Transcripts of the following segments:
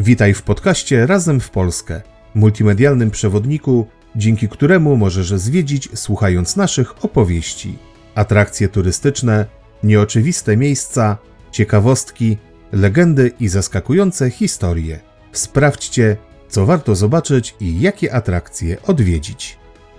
Witaj w podcaście Razem w Polskę, multimedialnym przewodniku, dzięki któremu możesz zwiedzić, słuchając naszych opowieści. Atrakcje turystyczne, nieoczywiste miejsca, ciekawostki, legendy i zaskakujące historie. Sprawdźcie, co warto zobaczyć i jakie atrakcje odwiedzić.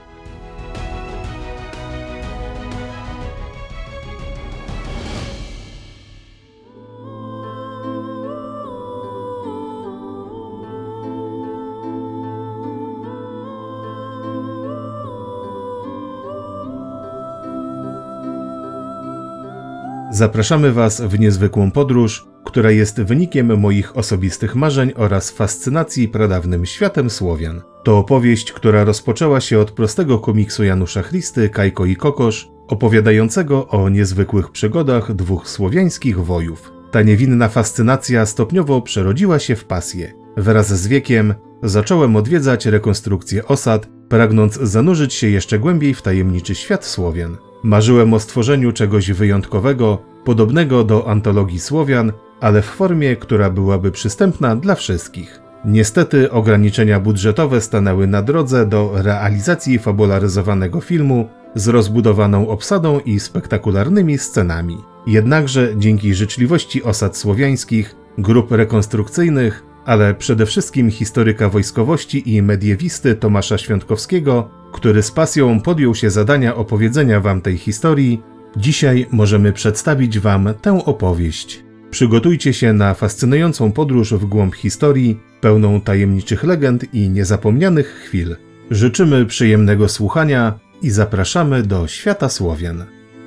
Zapraszamy Was w niezwykłą podróż, która jest wynikiem moich osobistych marzeń oraz fascynacji pradawnym światem Słowian. To opowieść, która rozpoczęła się od prostego komiksu Janusza Christy, Kajko i Kokosz, opowiadającego o niezwykłych przygodach dwóch słowiańskich wojów. Ta niewinna fascynacja stopniowo przerodziła się w pasję. Wraz z wiekiem zacząłem odwiedzać rekonstrukcję osad, pragnąc zanurzyć się jeszcze głębiej w tajemniczy świat Słowian. Marzyłem o stworzeniu czegoś wyjątkowego, podobnego do antologii Słowian, ale w formie, która byłaby przystępna dla wszystkich. Niestety ograniczenia budżetowe stanęły na drodze do realizacji fabularyzowanego filmu z rozbudowaną obsadą i spektakularnymi scenami. Jednakże dzięki życzliwości osad słowiańskich, grup rekonstrukcyjnych, ale przede wszystkim historyka wojskowości i mediewisty Tomasza Świątkowskiego, który z pasją podjął się zadania opowiedzenia Wam tej historii, dzisiaj możemy przedstawić Wam tę opowieść. Przygotujcie się na fascynującą podróż w głąb historii, pełną tajemniczych legend i niezapomnianych chwil. Życzymy przyjemnego słuchania i zapraszamy do świata Słowian.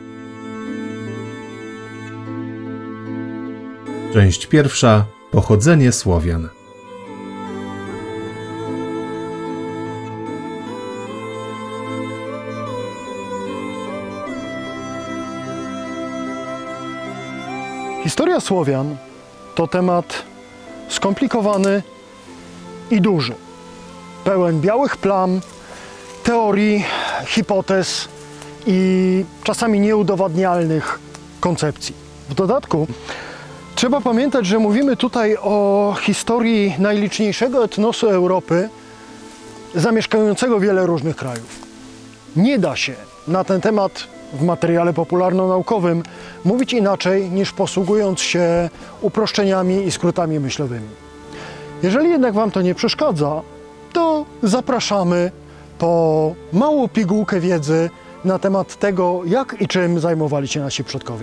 Część pierwsza. Pochodzenie Słowian. Historia Słowian to temat skomplikowany i duży, pełen białych plam, teorii, hipotez i czasami nieudowadnialnych koncepcji. W dodatku trzeba pamiętać, że mówimy tutaj o historii najliczniejszego etnosu Europy, zamieszkującego wiele różnych krajów. Nie da się na ten temat w materiale popularno-naukowym mówić inaczej niż posługując się uproszczeniami i skrótami myślowymi. Jeżeli jednak Wam to nie przeszkadza, to zapraszamy po małą pigułkę wiedzy na temat tego, jak i czym zajmowali się nasi przodkowie.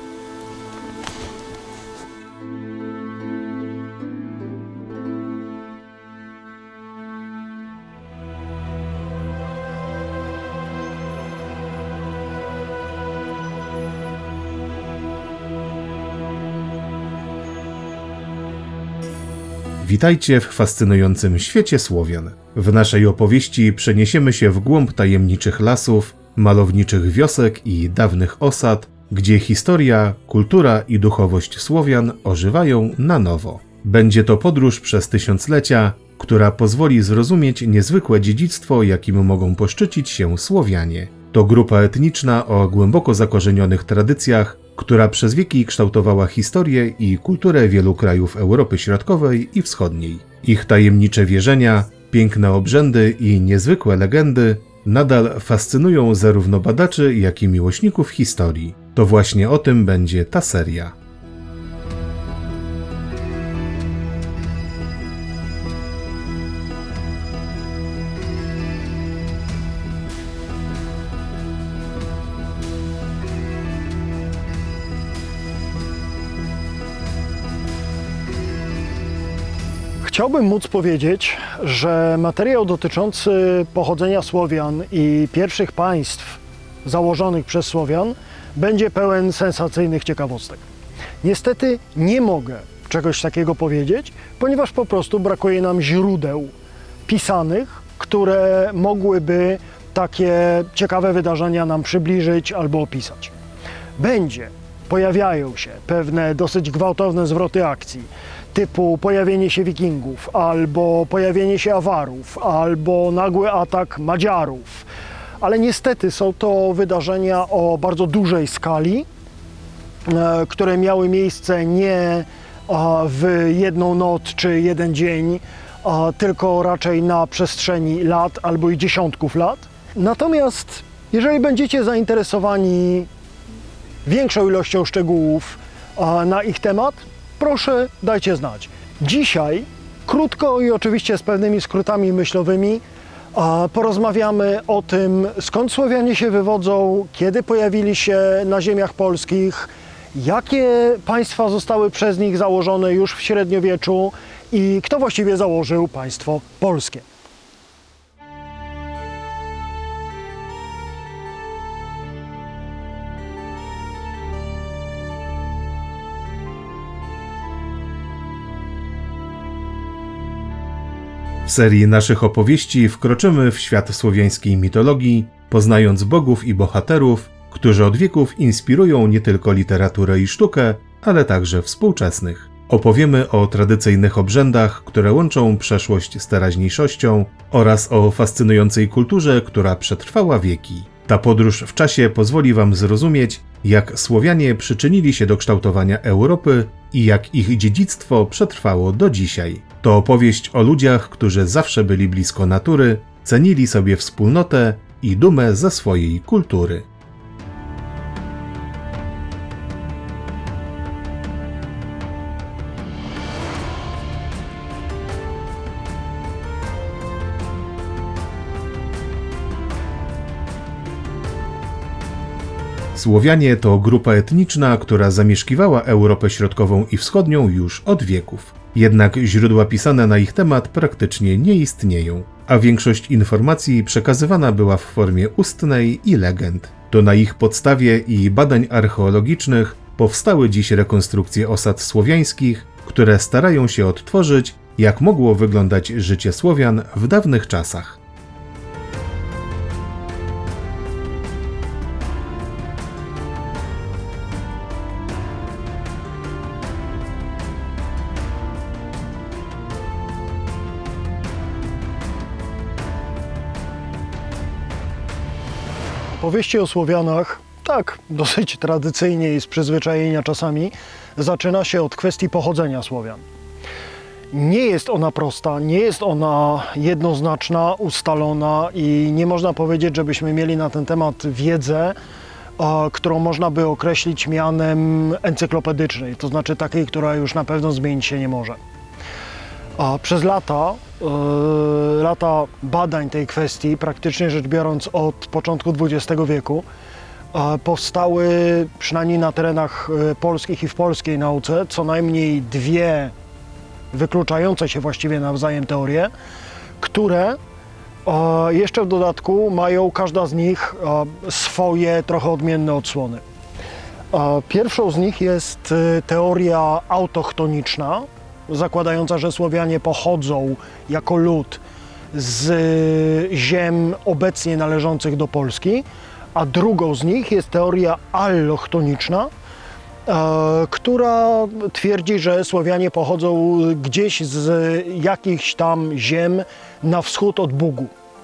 Witajcie w fascynującym świecie Słowian. W naszej opowieści przeniesiemy się w głąb tajemniczych lasów, malowniczych wiosek i dawnych osad, gdzie historia, kultura i duchowość Słowian ożywają na nowo. Będzie to podróż przez tysiąclecia, która pozwoli zrozumieć niezwykłe dziedzictwo, jakim mogą poszczycić się Słowianie. To grupa etniczna o głęboko zakorzenionych tradycjach, która przez wieki kształtowała historię i kulturę wielu krajów Europy Środkowej i Wschodniej. Ich tajemnicze wierzenia, piękne obrzędy i niezwykłe legendy nadal fascynują zarówno badaczy, jak i miłośników historii. To właśnie o tym będzie ta seria. Chciałbym móc powiedzieć, że materiał dotyczący pochodzenia Słowian i pierwszych państw założonych przez Słowian będzie pełen sensacyjnych ciekawostek. Niestety nie mogę czegoś takiego powiedzieć, ponieważ po prostu brakuje nam źródeł pisanych, które mogłyby takie ciekawe wydarzenia nam przybliżyć albo opisać. Pojawiają się pewne dosyć gwałtowne zwroty akcji, typu pojawienie się Wikingów, albo pojawienie się Awarów, albo nagły atak Madziarów. Ale niestety są to wydarzenia o bardzo dużej skali, które miały miejsce nie w jedną noc czy jeden dzień, tylko raczej na przestrzeni lat albo i dziesiątków lat. Natomiast jeżeli będziecie zainteresowani większą ilością szczegółów na ich temat, proszę dajcie znać. Dzisiaj krótko i oczywiście z pewnymi skrótami myślowymi porozmawiamy o tym, skąd Słowianie się wywodzą, kiedy pojawili się na ziemiach polskich, jakie państwa zostały przez nich założone już w średniowieczu i kto właściwie założył państwo polskie. W serii naszych opowieści wkroczymy w świat słowiańskiej mitologii, poznając bogów i bohaterów, którzy od wieków inspirują nie tylko literaturę i sztukę, ale także współczesnych. Opowiemy o tradycyjnych obrzędach, które łączą przeszłość z teraźniejszością oraz o fascynującej kulturze, która przetrwała wieki. Ta podróż w czasie pozwoli Wam zrozumieć, jak Słowianie przyczynili się do kształtowania Europy i jak ich dziedzictwo przetrwało do dzisiaj. To opowieść o ludziach, którzy zawsze byli blisko natury, cenili sobie wspólnotę i dumę ze swojej kultury. Słowianie to grupa etniczna, która zamieszkiwała Europę Środkową i Wschodnią już od wieków. Jednak źródła pisane na ich temat praktycznie nie istnieją, a większość informacji przekazywana była w formie ustnej i legend. To na ich podstawie i badań archeologicznych powstały dziś rekonstrukcje osad słowiańskich, które starają się odtworzyć, jak mogło wyglądać życie Słowian w dawnych czasach. Opowieści o Słowianach, tak dosyć tradycyjnie i z przyzwyczajenia czasami, zaczyna się od kwestii pochodzenia Słowian. Nie jest ona prosta, nie jest ona jednoznaczna, ustalona i nie można powiedzieć, żebyśmy mieli na ten temat wiedzę, którą można by określić mianem encyklopedycznej, to znaczy takiej, która już na pewno zmienić się nie może. Przez lata badań tej kwestii, praktycznie rzecz biorąc od początku XX wieku, powstały przynajmniej na terenach polskich i w polskiej nauce co najmniej dwie wykluczające się właściwie nawzajem teorie, które jeszcze w dodatku mają każda z nich swoje trochę odmienne odsłony. Pierwszą z nich jest teoria autochtoniczna, zakładająca, że Słowianie pochodzą jako lud z ziem obecnie należących do Polski, a drugą z nich jest teoria allochtoniczna, która twierdzi, że Słowianie pochodzą gdzieś z jakichś tam ziem na wschód od Bugu.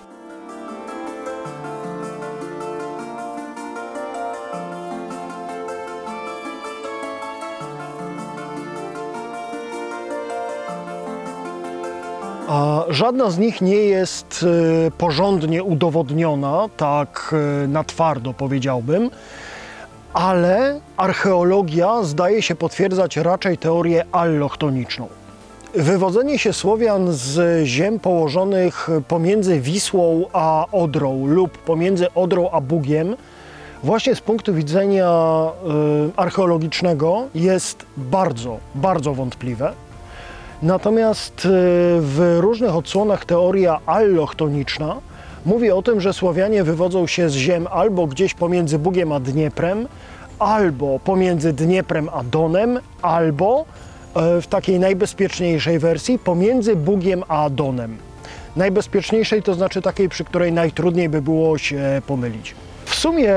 Żadna z nich nie jest porządnie udowodniona, tak na twardo powiedziałbym, ale archeologia zdaje się potwierdzać raczej teorię allochtoniczną. Wywodzenie się Słowian z ziem położonych pomiędzy Wisłą a Odrą lub pomiędzy Odrą a Bugiem właśnie z punktu widzenia archeologicznego jest bardzo, bardzo wątpliwe. Natomiast w różnych odsłonach teoria allochtoniczna mówi o tym, że Słowianie wywodzą się z ziem albo gdzieś pomiędzy Bugiem a Dnieprem, albo pomiędzy Dnieprem a Donem, albo w takiej najbezpieczniejszej wersji pomiędzy Bugiem a Donem. Najbezpieczniejszej to znaczy takiej, przy której najtrudniej by było się pomylić. W sumie,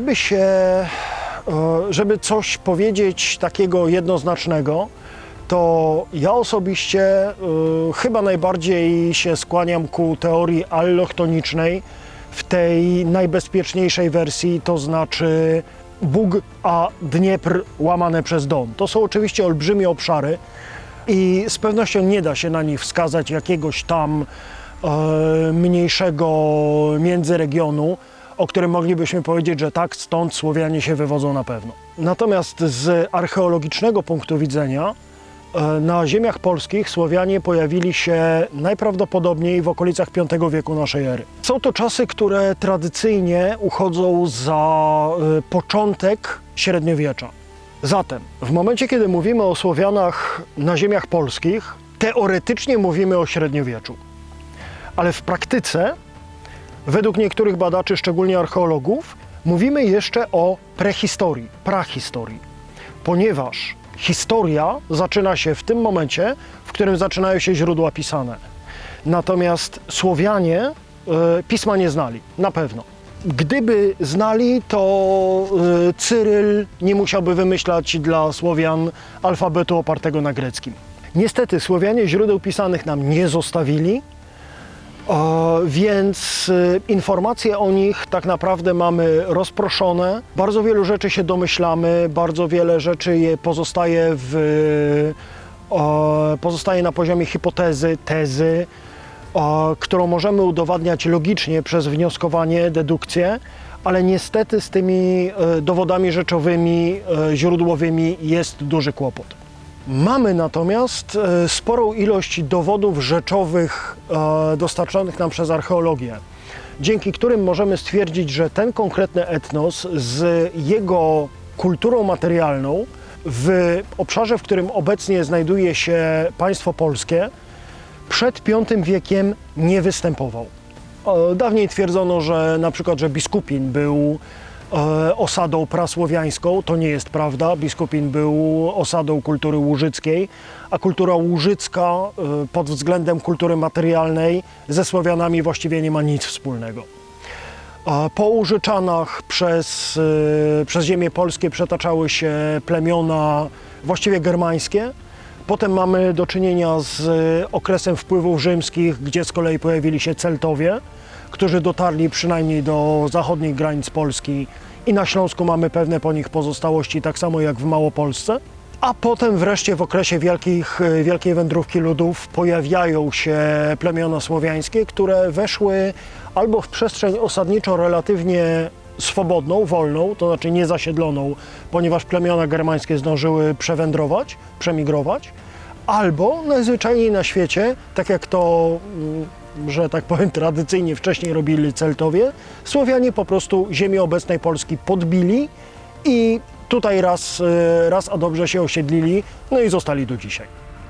żeby coś powiedzieć takiego jednoznacznego, to ja osobiście chyba najbardziej się skłaniam ku teorii allochtonicznej w tej najbezpieczniejszej wersji, to znaczy Bóg a Dniepr łamane przez Don. To są oczywiście olbrzymie obszary i z pewnością nie da się na nich wskazać jakiegoś tam mniejszego międzyregionu, o którym moglibyśmy powiedzieć, że tak, stąd Słowianie się wywodzą na pewno. Natomiast z archeologicznego punktu widzenia na ziemiach polskich Słowianie pojawili się najprawdopodobniej w okolicach V wieku naszej ery. Są to czasy, które tradycyjnie uchodzą za początek średniowiecza. Zatem w momencie, kiedy mówimy o Słowianach na ziemiach polskich, teoretycznie mówimy o średniowieczu. Ale w praktyce, według niektórych badaczy, szczególnie archeologów, mówimy jeszcze o prehistorii, prahistorii, ponieważ historia zaczyna się w tym momencie, w którym zaczynają się źródła pisane. Natomiast Słowianie pisma nie znali, na pewno. Gdyby znali, to Cyryl nie musiałby wymyślać dla Słowian alfabetu opartego na greckim. Niestety Słowianie źródeł pisanych nam nie zostawili, więc informacje o nich tak naprawdę mamy rozproszone. Bardzo wielu rzeczy się domyślamy, bardzo wiele rzeczy pozostaje na poziomie hipotezy, tezy, którą możemy udowadniać logicznie przez wnioskowanie, dedukcję, ale niestety z tymi dowodami rzeczowymi, źródłowymi jest duży kłopot. Mamy natomiast sporą ilość dowodów rzeczowych dostarczonych nam przez archeologię, dzięki którym możemy stwierdzić, że ten konkretny etnos z jego kulturą materialną w obszarze, w którym obecnie znajduje się państwo polskie, przed V wiekiem nie występował. Dawniej twierdzono, że na przykład, że Biskupin był osadą prasłowiańską. To nie jest prawda. Biskupin był osadą kultury łużyckiej, a kultura łużycka pod względem kultury materialnej ze Słowianami właściwie nie ma nic wspólnego. Po Łużyczanach przez ziemię polskie przetaczały się plemiona właściwie germańskie. Potem mamy do czynienia z okresem wpływów rzymskich, gdzie z kolei pojawili się Celtowie, którzy dotarli przynajmniej do zachodnich granic Polski i na Śląsku mamy pewne po nich pozostałości, tak samo jak w Małopolsce. A potem wreszcie w okresie wielkiej wędrówki ludów pojawiają się plemiona słowiańskie, które weszły albo w przestrzeń osadniczo relatywnie swobodną, wolną, to znaczy niezasiedloną, ponieważ plemiona germańskie zdążyły przewędrować, przemigrować, albo najzwyczajniej na świecie, tak jak to, że tak powiem, tradycyjnie wcześniej robili Celtowie, Słowianie po prostu ziemię obecnej Polski podbili i tutaj raz a dobrze się osiedlili, no i zostali do dzisiaj.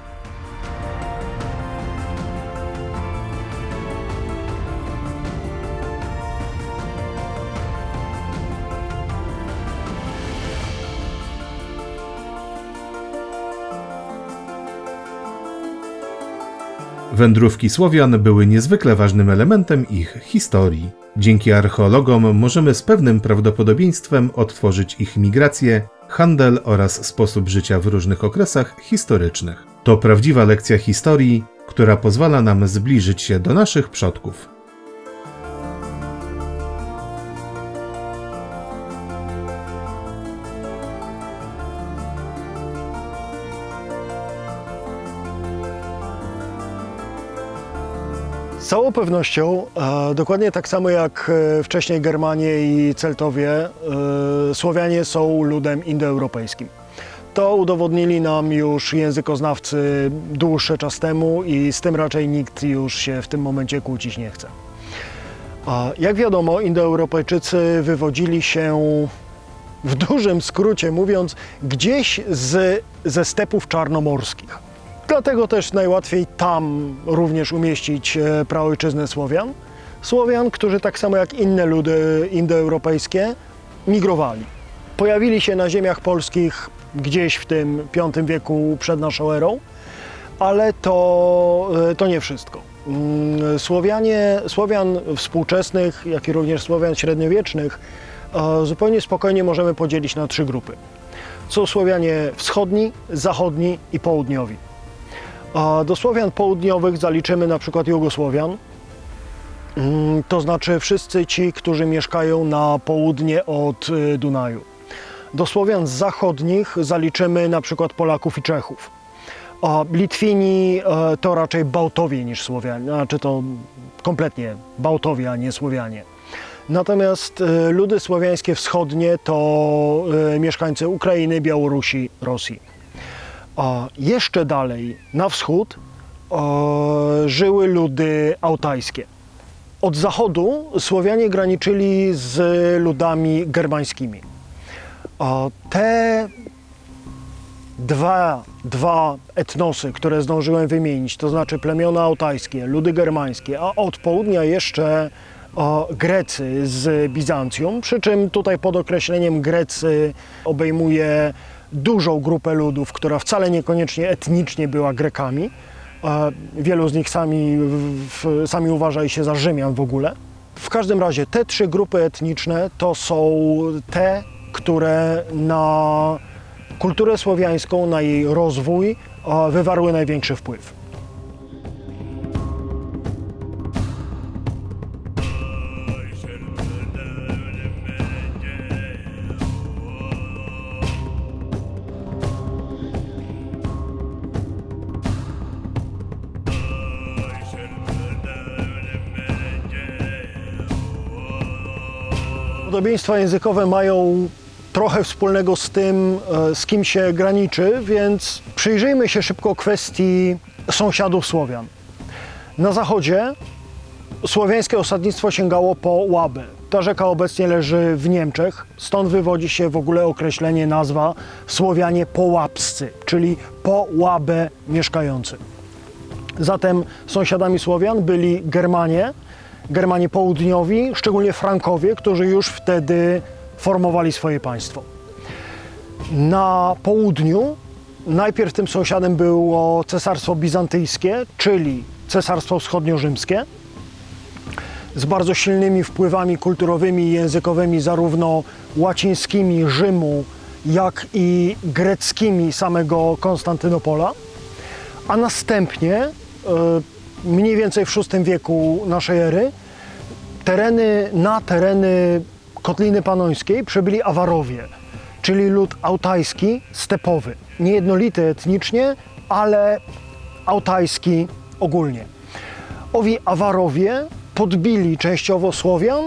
Wędrówki Słowian były niezwykle ważnym elementem ich historii. Dzięki archeologom możemy z pewnym prawdopodobieństwem odtworzyć ich migrację, handel oraz sposób życia w różnych okresach historycznych. To prawdziwa lekcja historii, która pozwala nam zbliżyć się do naszych przodków. Z całą pewnością, dokładnie tak samo jak wcześniej Germanie i Celtowie, Słowianie są ludem indoeuropejskim. To udowodnili nam już językoznawcy dłuższy czas temu i z tym raczej nikt już się w tym momencie kłócić nie chce. Jak wiadomo, Indoeuropejczycy wywodzili się, w dużym skrócie mówiąc, gdzieś ze stepów czarnomorskich. Dlatego też najłatwiej tam również umieścić praojczyznę Słowian. Słowian, którzy tak samo jak inne ludy indoeuropejskie migrowali. Pojawili się na ziemiach polskich gdzieś w tym V wieku przed naszą erą, ale to nie wszystko. Słowian współczesnych, jak i również Słowian średniowiecznych zupełnie spokojnie możemy podzielić na 3 grupy. Są Słowianie wschodni, zachodni i południowi. A do Słowian południowych zaliczymy na przykład Jugosłowian, to znaczy wszyscy ci, którzy mieszkają na południe od Dunaju. Do Słowian zachodnich zaliczymy na przykład Polaków i Czechów. A Litwini to raczej Bałtowie niż Słowianie, znaczy to kompletnie Bałtowie, a nie Słowianie. Natomiast ludy słowiańskie wschodnie to mieszkańcy Ukrainy, Białorusi, Rosji. A jeszcze dalej na wschód żyły ludy altajskie. Od zachodu Słowianie graniczyli z ludami germańskimi. Te dwa etnosy, które zdążyłem wymienić, to znaczy plemiona altajskie, ludy germańskie, a od południa jeszcze Grecy z Bizancjum, przy czym tutaj pod określeniem Grecy obejmuje dużą grupę ludów, która wcale niekoniecznie etnicznie była Grekami. Wielu z nich sami uważali się za Rzymian w ogóle. W każdym razie te trzy grupy etniczne to są te, które na kulturę słowiańską, na jej rozwój wywarły największy wpływ. Podobieństwa językowe mają trochę wspólnego z tym, z kim się graniczy, więc przyjrzyjmy się szybko kwestii sąsiadów Słowian. Na zachodzie słowiańskie osadnictwo sięgało po Łabę. Ta rzeka obecnie leży w Niemczech, stąd wywodzi się w ogóle określenie, nazwa Słowianie połapscy, czyli po Łabę mieszkający. Zatem sąsiadami Słowian byli Germanie południowi, szczególnie Frankowie, którzy już wtedy formowali swoje państwo. Na południu najpierw tym sąsiadem było Cesarstwo Bizantyjskie, czyli Cesarstwo Wschodnio-Rzymskie, z bardzo silnymi wpływami kulturowymi i językowymi, zarówno łacińskimi Rzymu, jak i greckimi samego Konstantynopola, a następnie mniej więcej w VI wieku naszej ery na tereny Kotliny Panońskiej przybyli Awarowie, czyli lud altajski, stepowy. Niejednolity etnicznie, ale altajski ogólnie. Owi Awarowie podbili częściowo Słowian.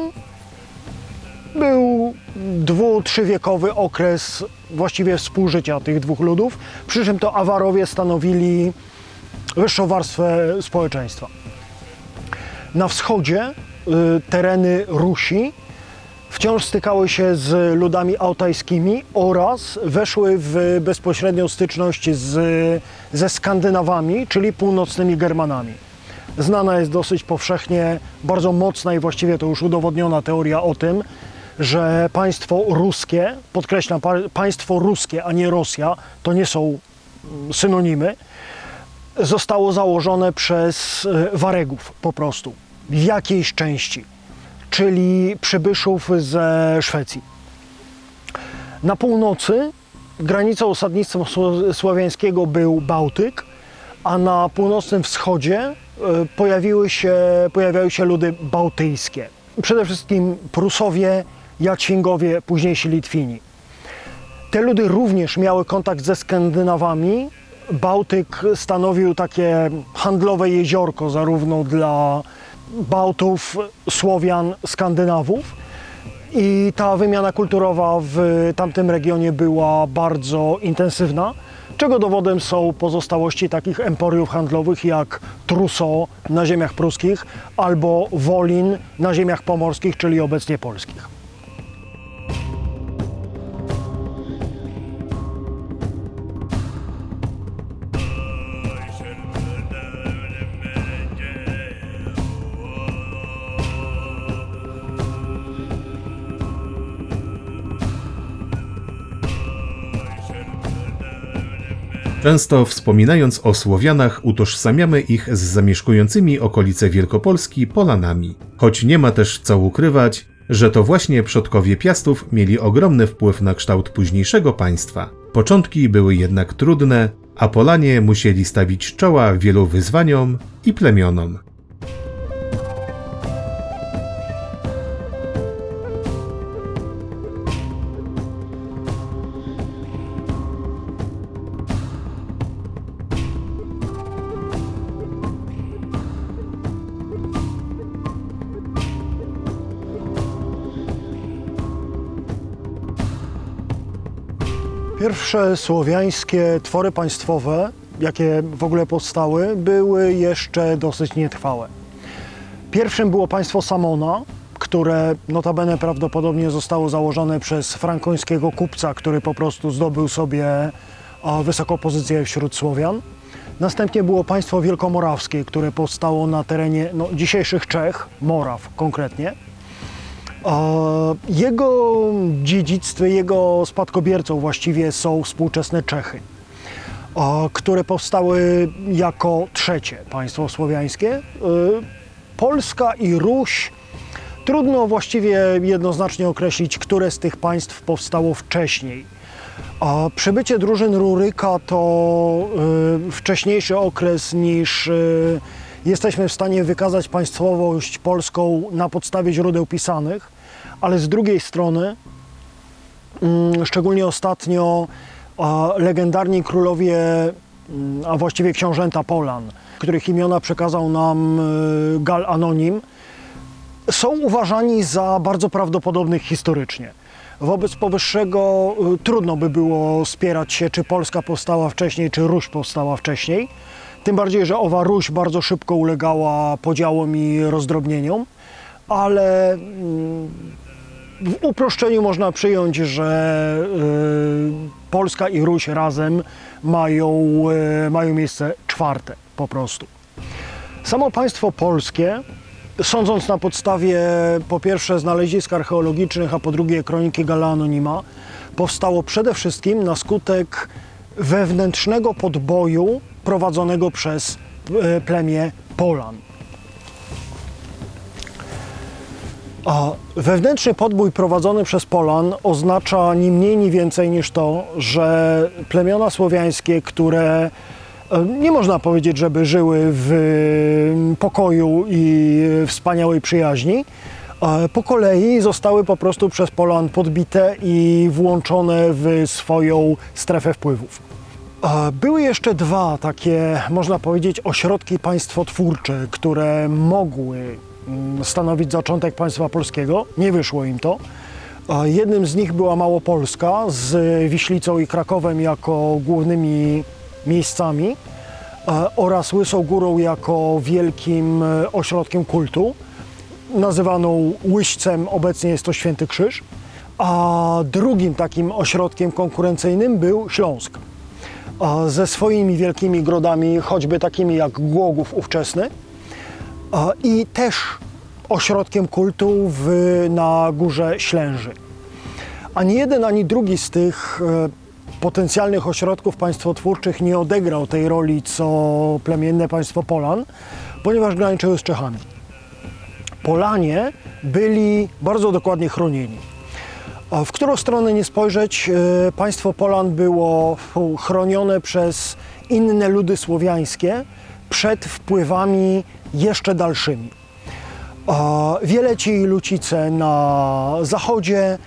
Był 2-3-wiekowy okres właściwie współżycia tych dwóch ludów, przy czym to Awarowie stanowili wyższą warstwę społeczeństwa. Na wschodzie tereny Rusi wciąż stykały się z ludami altajskimi oraz weszły w bezpośrednią styczność ze Skandynawami, czyli północnymi Germanami. Znana jest dosyć powszechnie, bardzo mocna i właściwie to już udowodniona teoria o tym, że państwo ruskie, podkreślam, państwo ruskie, a nie Rosja, to nie są synonimy, zostało założone przez Waregów po prostu, w jakiejś części, czyli przybyszów ze Szwecji. Na północy granicą osadnictwa słowiańskiego był Bałtyk, a na północnym wschodzie pojawiały się ludy bałtyjskie. Przede wszystkim Prusowie, Jacingowie, późniejsi Litwini. Te ludy również miały kontakt ze Skandynawami. Bałtyk stanowił takie handlowe jeziorko zarówno dla Bałtów, Słowian, Skandynawów. I ta wymiana kulturowa w tamtym regionie była bardzo intensywna, czego dowodem są pozostałości takich emporiów handlowych jak Trousseau na ziemiach pruskich albo Wolin na ziemiach pomorskich, czyli obecnie polskich. Często wspominając o Słowianach, utożsamiamy ich z zamieszkującymi okolice Wielkopolski Polanami. Choć nie ma też co ukrywać, że to właśnie przodkowie Piastów mieli ogromny wpływ na kształt późniejszego państwa. Początki były jednak trudne, a Polanie musieli stawić czoła wielu wyzwaniom i plemionom. Pierwsze słowiańskie twory państwowe, jakie w ogóle powstały, były jeszcze dosyć nietrwałe. Pierwszym było państwo Samona, które notabene prawdopodobnie zostało założone przez frankońskiego kupca, który po prostu zdobył sobie wysoką pozycję wśród Słowian. Następnie było państwo wielkomorawskie, które powstało na terenie dzisiejszych Czech, Moraw konkretnie. Jego dziedzictwem, jego spadkobiercą właściwie są współczesne Czechy, które powstały jako trzecie państwo słowiańskie. Polska i Ruś, trudno właściwie jednoznacznie określić, które z tych państw powstało wcześniej. Przybycie drużyn Ruryka to wcześniejszy okres niż jesteśmy w stanie wykazać państwowość polską na podstawie źródeł pisanych, ale z drugiej strony, szczególnie ostatnio, legendarni królowie, a właściwie książęta Polan, których imiona przekazał nam Gal Anonim, są uważani za bardzo prawdopodobnych historycznie. Wobec powyższego trudno by było spierać się, czy Polska powstała wcześniej, czy Ruś powstała wcześniej. Tym bardziej, że owa Ruś bardzo szybko ulegała podziałom i rozdrobnieniom, ale w uproszczeniu można przyjąć, że Polska i Ruś razem mają miejsce czwarte po prostu. Samo państwo polskie, sądząc na podstawie po pierwsze znalezisk archeologicznych, a po drugie kroniki Galla Anonima, powstało przede wszystkim na skutek wewnętrznego podboju prowadzonego przez plemię Polan. A wewnętrzny podbój prowadzony przez Polan oznacza ni mniej, ni więcej niż to, że plemiona słowiańskie, które nie można powiedzieć, żeby żyły w pokoju i wspaniałej przyjaźni, po kolei zostały po prostu przez Polan podbite i włączone w swoją strefę wpływów. Były jeszcze dwa takie, można powiedzieć, ośrodki państwotwórcze, które mogły stanowić zaczątek państwa polskiego. Nie wyszło im to. Jednym z nich była Małopolska z Wiślicą i Krakowem jako głównymi miejscami oraz Łysą Górą jako wielkim ośrodkiem kultu, nazywaną Łyścem, obecnie jest to Święty Krzyż, a drugim takim ośrodkiem konkurencyjnym był Śląsk, ze swoimi wielkimi grodami, choćby takimi jak Głogów ówczesny, i też ośrodkiem kultu na Górze Ślęży. Ani jeden, ani drugi z tych potencjalnych ośrodków państwotwórczych nie odegrał tej roli, co plemienne państwo Polan, ponieważ graniczyły z Czechami. Polanie byli bardzo dokładnie chronieni. W którą stronę nie spojrzeć, państwo Polan było chronione przez inne ludy słowiańskie przed wpływami jeszcze dalszymi. Wieleci i Lucice na zachodzie,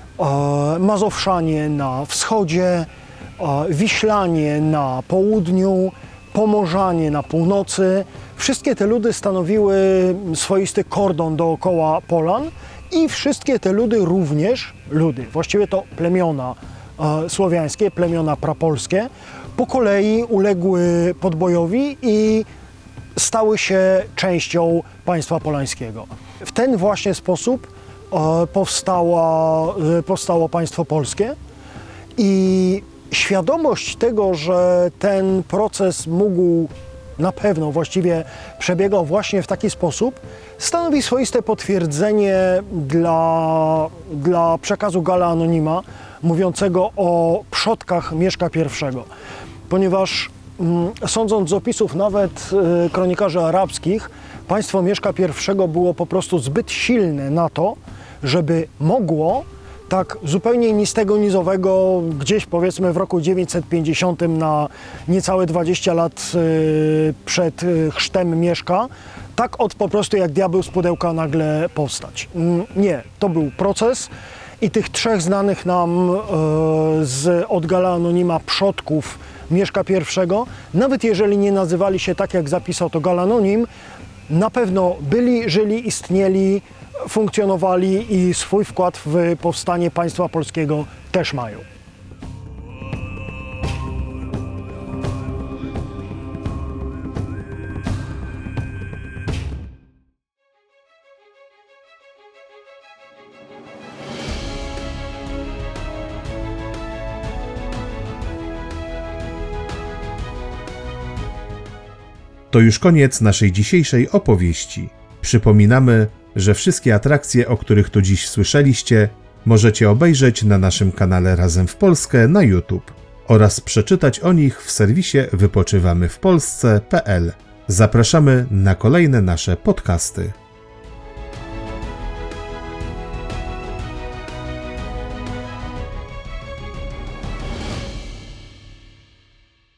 Mazowszanie na wschodzie, Wiślanie na południu, Pomorzanie na północy. Wszystkie te ludy stanowiły swoisty kordon dookoła Polan i wszystkie te ludy również, właściwie to plemiona słowiańskie, plemiona prapolskie, po kolei uległy podbojowi i stały się częścią państwa polańskiego. W ten właśnie sposób powstało państwo polskie i świadomość tego, że ten proces mógł na pewno właściwie przebiegał właśnie w taki sposób, stanowi swoiste potwierdzenie dla przekazu Galla Anonima mówiącego o przodkach Mieszka I, ponieważ sądząc z opisów nawet kronikarzy arabskich, państwo Mieszka I było po prostu zbyt silne na to, żeby mogło tak zupełnie ni z tego, ni z owego, gdzieś powiedzmy w roku 950 na niecałe 20 lat przed chrztem Mieszka, tak po prostu jak diabeł z pudełka nagle powstać. Nie, to był proces i tych trzech znanych nam od Galla Anonima przodków Mieszka I, nawet jeżeli nie nazywali się tak, jak zapisał to Gall Anonim, na pewno byli, żyli, istnieli, funkcjonowali i swój wkład w powstanie państwa polskiego też mają. To już koniec naszej dzisiejszej opowieści. Przypominamy, że wszystkie atrakcje, o których tu dziś słyszeliście, możecie obejrzeć na naszym kanale Razem w Polskę na YouTube oraz przeczytać o nich w serwisie wypoczywamywpolsce.pl. Zapraszamy na kolejne nasze podcasty.